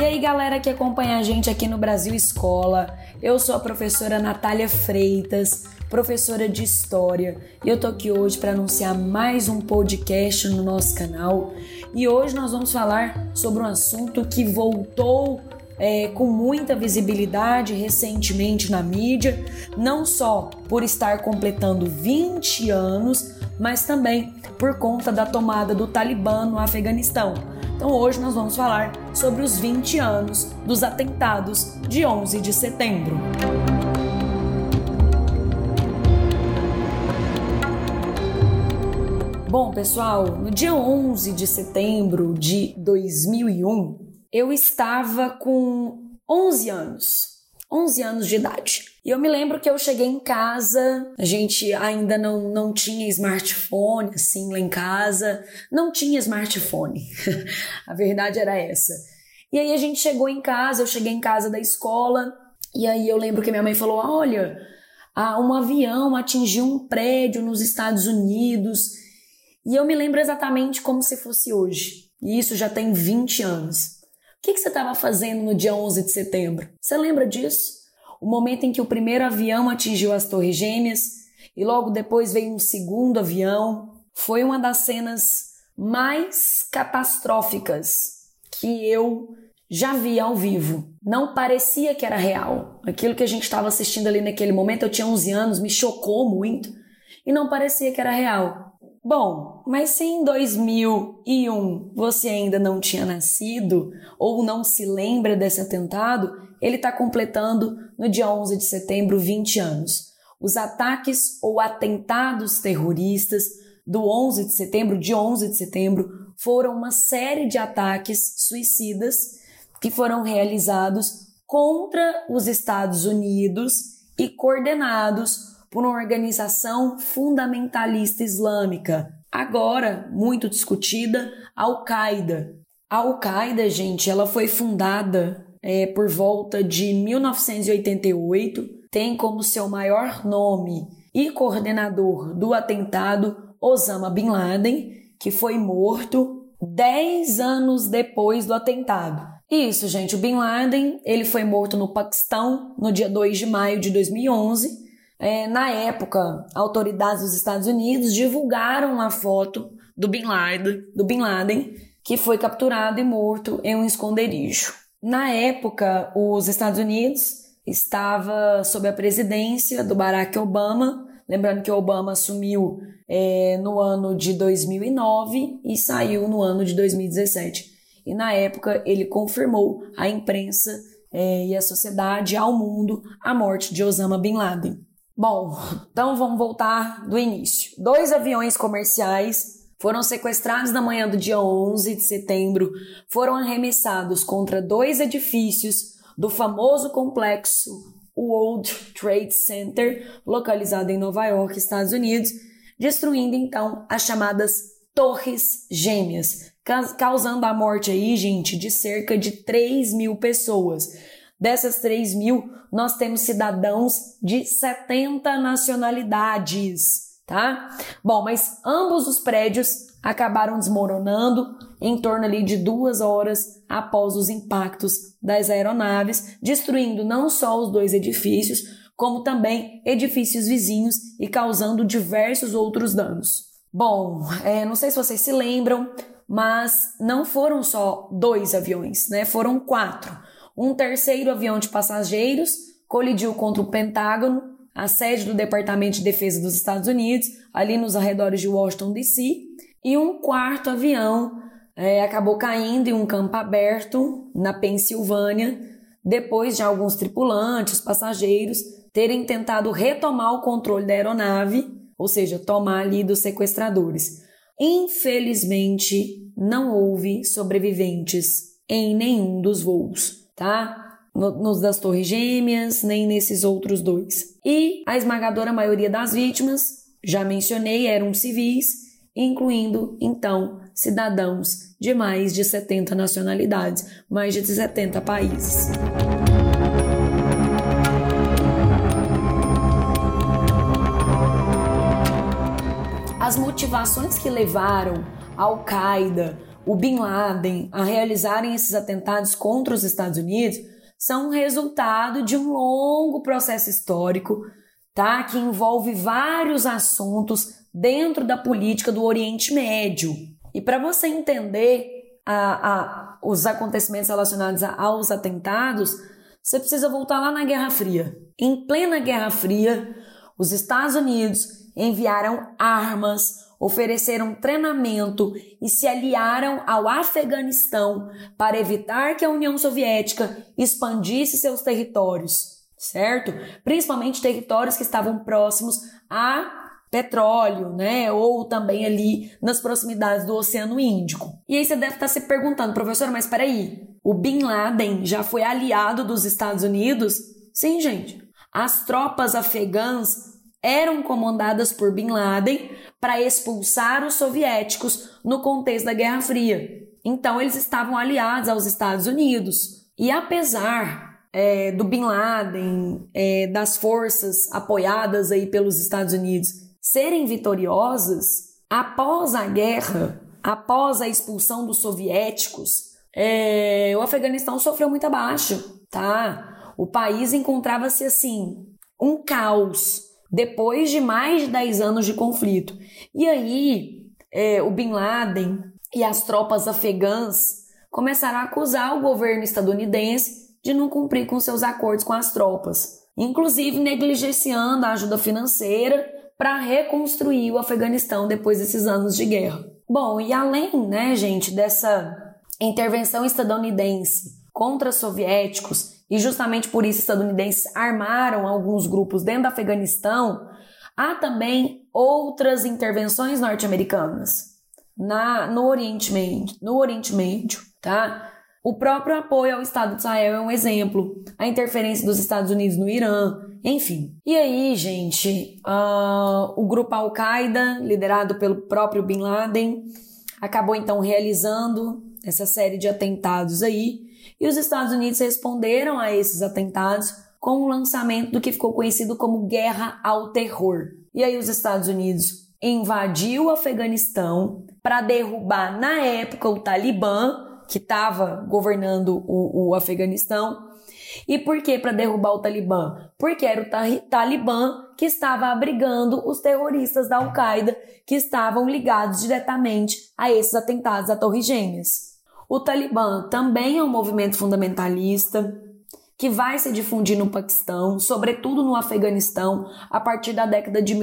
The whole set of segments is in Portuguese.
aí, galera que acompanha a gente aqui no Brasil Escola, eu sou a professora Natália Freitas, professora de História, e eu tô aqui hoje para anunciar mais um podcast no nosso canal. E hoje nós vamos falar sobre um assunto que voltou com muita visibilidade recentemente na mídia, não só por estar completando 20 anos, mas também por conta da tomada do Talibã no Afeganistão. Então hoje nós vamos falar sobre os 20 anos dos atentados de 11 de setembro. Bom, pessoal, no dia 11 de setembro de 2001, eu estava com 11 anos de idade. E eu me lembro que eu cheguei em casa, a gente ainda não tinha smartphone, assim, lá em casa. Não tinha smartphone, a verdade era essa. E aí a gente chegou em casa, eu cheguei em casa da escola, e aí eu lembro que minha mãe falou, olha, um avião atingiu um prédio nos Estados Unidos. E eu me lembro exatamente como se fosse hoje. E isso já tem 20 anos. O que você estava fazendo no dia 11 de setembro? Você lembra disso? O momento em que o primeiro avião atingiu as Torres Gêmeas e logo depois veio um segundo avião. Foi uma das cenas mais catastróficas que eu já vi ao vivo. Não parecia que era real. Aquilo que a gente estava assistindo ali naquele momento, eu tinha 11 anos, me chocou muito e não parecia que era real. Bom, mas se em 2001 você ainda não tinha nascido ou não se lembra desse atentado, ele está completando no dia 11 de setembro 20 anos. Os ataques ou atentados terroristas do 11 de setembro, foram uma série de ataques suicidas que foram realizados contra os Estados Unidos e coordenados por uma organização fundamentalista islâmica, agora muito discutida, Al-Qaeda. A Al-Qaeda, gente, ela foi fundada por volta de 1988, tem como seu maior nome e coordenador do atentado Osama Bin Laden, que foi morto 10 anos depois do atentado. Isso, gente, o Bin Laden, ele foi morto no Paquistão no dia 2 de maio de 2011. Na época, autoridades dos Estados Unidos divulgaram a foto do Bin Laden, que foi capturado e morto em um esconderijo. Na época, os Estados Unidos estava sob a presidência do Barack Obama, lembrando que Obama assumiu no ano de 2009 e saiu no ano de 2017. E na época ele confirmou à imprensa e à sociedade, ao mundo, a morte de Osama Bin Laden. Bom, então vamos voltar do início. 2 aviões comerciais foram sequestrados na manhã do dia 11 de setembro, foram arremessados contra 2 edifícios do famoso complexo World Trade Center, localizado em Nova York, Estados Unidos, destruindo então as chamadas Torres Gêmeas, causando a morte aí, gente, de cerca de 3.000 pessoas. Dessas 3.000, nós temos cidadãos de 70 nacionalidades, tá? Bom, mas ambos os prédios acabaram desmoronando em torno ali de 2 horas após os impactos das aeronaves, destruindo não só os 2 edifícios, como também edifícios vizinhos e causando diversos outros danos. Bom, não sei se vocês se lembram, mas não foram só 2 aviões, né? Foram 4. Um terceiro avião de passageiros colidiu contra o Pentágono, a sede do Departamento de Defesa dos Estados Unidos, ali nos arredores de Washington, D.C., e um 4º avião acabou caindo em um campo aberto na Pensilvânia, depois de alguns tripulantes, passageiros, terem tentado retomar o controle da aeronave, ou seja, tomar ali dos sequestradores. Infelizmente, não houve sobreviventes em nenhum dos voos, tá? Nos das Torres Gêmeas, nem nesses outros 2. E a esmagadora maioria das vítimas, já mencionei, eram civis, incluindo, então, cidadãos de mais de 70 nacionalidades, mais de 70 países. As motivações que levaram a Al-Qaeda o Bin Laden a realizarem esses atentados contra os Estados Unidos são resultado de um longo processo histórico, tá? Que envolve vários assuntos dentro da política do Oriente Médio. E para você entender os acontecimentos relacionados aos atentados, você precisa voltar lá na Guerra Fria. Em plena Guerra Fria, os Estados Unidos enviaram armas, ofereceram treinamento e se aliaram ao Afeganistão para evitar que a União Soviética expandisse seus territórios, certo? Principalmente territórios que estavam próximos a petróleo, né? Ou também ali nas proximidades do Oceano Índico. E aí você deve estar se perguntando, professora, mas peraí, o Bin Laden já foi aliado dos Estados Unidos? Sim, gente. As tropas afegãs eram comandadas por Bin Laden para expulsar os soviéticos no contexto da Guerra Fria. Então, eles estavam aliados aos Estados Unidos. E apesar do Bin Laden, das forças apoiadas aí pelos Estados Unidos, serem vitoriosas, após a guerra, após a expulsão dos soviéticos, o Afeganistão sofreu muito abaixo, tá? O país encontrava-se assim, um caos, depois de mais de 10 anos de conflito. E aí, o Bin Laden e as tropas afegãs começaram a acusar o governo estadunidense de não cumprir com seus acordos com as tropas, inclusive negligenciando a ajuda financeira para reconstruir o Afeganistão depois desses anos de guerra. Bom, e além, né, gente, dessa intervenção estadunidense contra soviéticos, e justamente por isso estadunidenses armaram alguns grupos dentro do Afeganistão, há também outras intervenções norte-americanas no Oriente Médio, tá? O próprio apoio ao Estado de Israel é um exemplo, a interferência dos Estados Unidos no Irã, enfim. E aí, gente, o grupo Al-Qaeda, liderado pelo próprio Bin Laden, acabou então realizando essa série de atentados aí, e os Estados Unidos responderam a esses atentados com o lançamento do que ficou conhecido como Guerra ao Terror. E aí os Estados Unidos invadiu o Afeganistão para derrubar, na época, o Talibã, que estava governando o Afeganistão. E por que para derrubar o Talibã? Porque era o Talibã que estava abrigando os terroristas da Al-Qaeda que estavam ligados diretamente a esses atentados à Torre Gêmeas. O Talibã também é um movimento fundamentalista que vai se difundir no Paquistão, sobretudo no Afeganistão, a partir da década de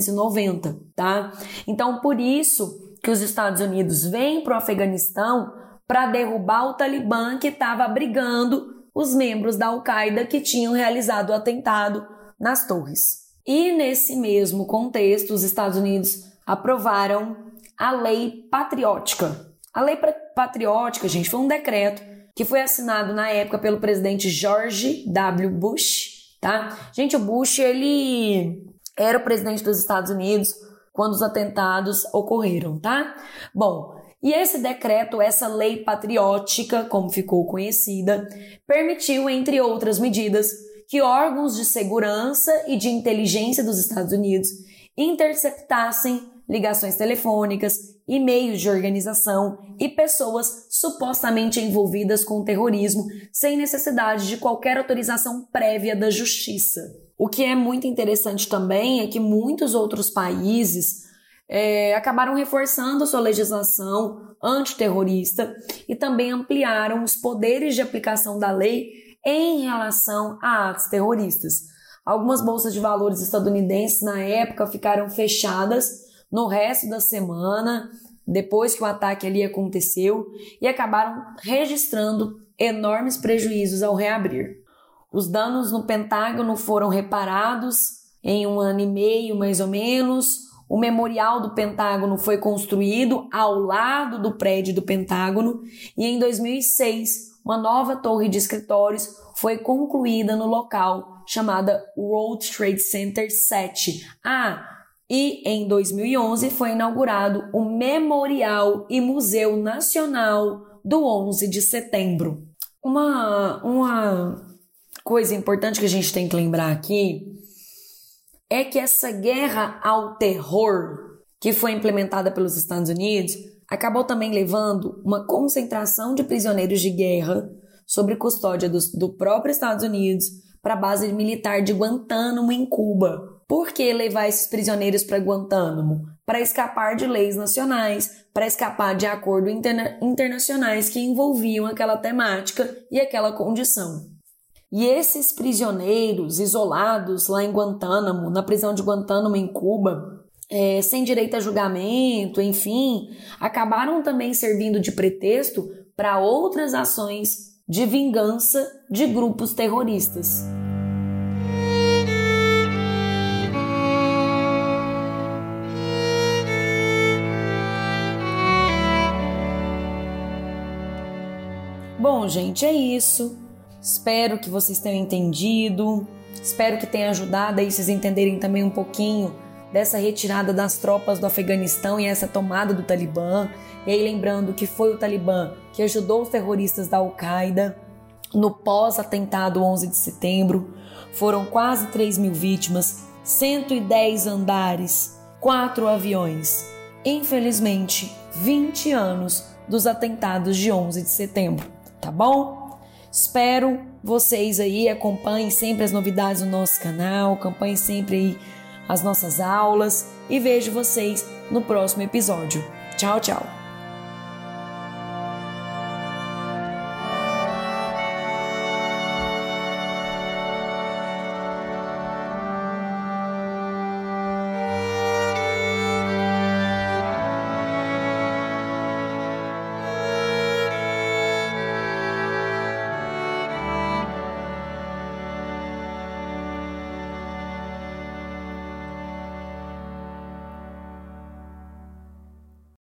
1990, tá? Então, por isso que os Estados Unidos vêm para o Afeganistão para derrubar o Talibã que estava abrigando os membros da Al-Qaeda que tinham realizado o atentado nas torres. E nesse mesmo contexto, os Estados Unidos aprovaram a Lei Patriótica. A Lei Patriótica, gente, foi um decreto que foi assinado na época pelo presidente George W. Bush, tá? Gente, o Bush, ele era o presidente dos Estados Unidos quando os atentados ocorreram, tá? Bom, e esse decreto, essa lei patriótica, como ficou conhecida, permitiu, entre outras medidas, que órgãos de segurança e de inteligência dos Estados Unidos interceptassem ligações telefônicas, e-mails de organização e pessoas supostamente envolvidas com o terrorismo sem necessidade de qualquer autorização prévia da justiça. O que é muito interessante também é que muitos outros países acabaram reforçando sua legislação antiterrorista e também ampliaram os poderes de aplicação da lei em relação a atos terroristas. Algumas bolsas de valores estadunidenses na época ficaram fechadas no resto da semana, depois que o ataque ali aconteceu, e acabaram registrando enormes prejuízos ao reabrir. Os danos no Pentágono foram reparados em 1 ano e meio, mais ou menos. O memorial do Pentágono foi construído ao lado do prédio do Pentágono e em 2006 uma nova torre de escritórios foi concluída no local, chamada World Trade Center 7. E em 2011 foi inaugurado o Memorial e Museu Nacional do 11 de setembro. Uma coisa importante que a gente tem que lembrar aqui é que essa guerra ao terror que foi implementada pelos Estados Unidos acabou também levando uma concentração de prisioneiros de guerra sob custódia do próprio Estados Unidos para a base militar de Guantánamo, em Cuba. Por que levar esses prisioneiros para Guantánamo? Para escapar de leis nacionais, para escapar de acordos internacionais que envolviam aquela temática e aquela condição. E esses prisioneiros isolados lá em Guantánamo, na prisão de Guantánamo, em Cuba, sem direito a julgamento, enfim, acabaram também servindo de pretexto para outras ações de vingança de grupos terroristas. Bom, gente, é isso. Espero que vocês tenham entendido. Espero que tenha ajudado aí vocês entenderem também um pouquinho dessa retirada das tropas do Afeganistão e essa tomada do Talibã. E aí lembrando que foi o Talibã que ajudou os terroristas da Al-Qaeda no pós-atentado 11 de setembro. Foram quase 3.000 vítimas, 110 andares, 4 aviões. Infelizmente, 20 anos dos atentados de 11 de setembro, tá bom? Espero vocês aí acompanhem sempre as novidades do nosso canal, acompanhem sempre aí as nossas aulas e vejo vocês no próximo episódio. Tchau, tchau!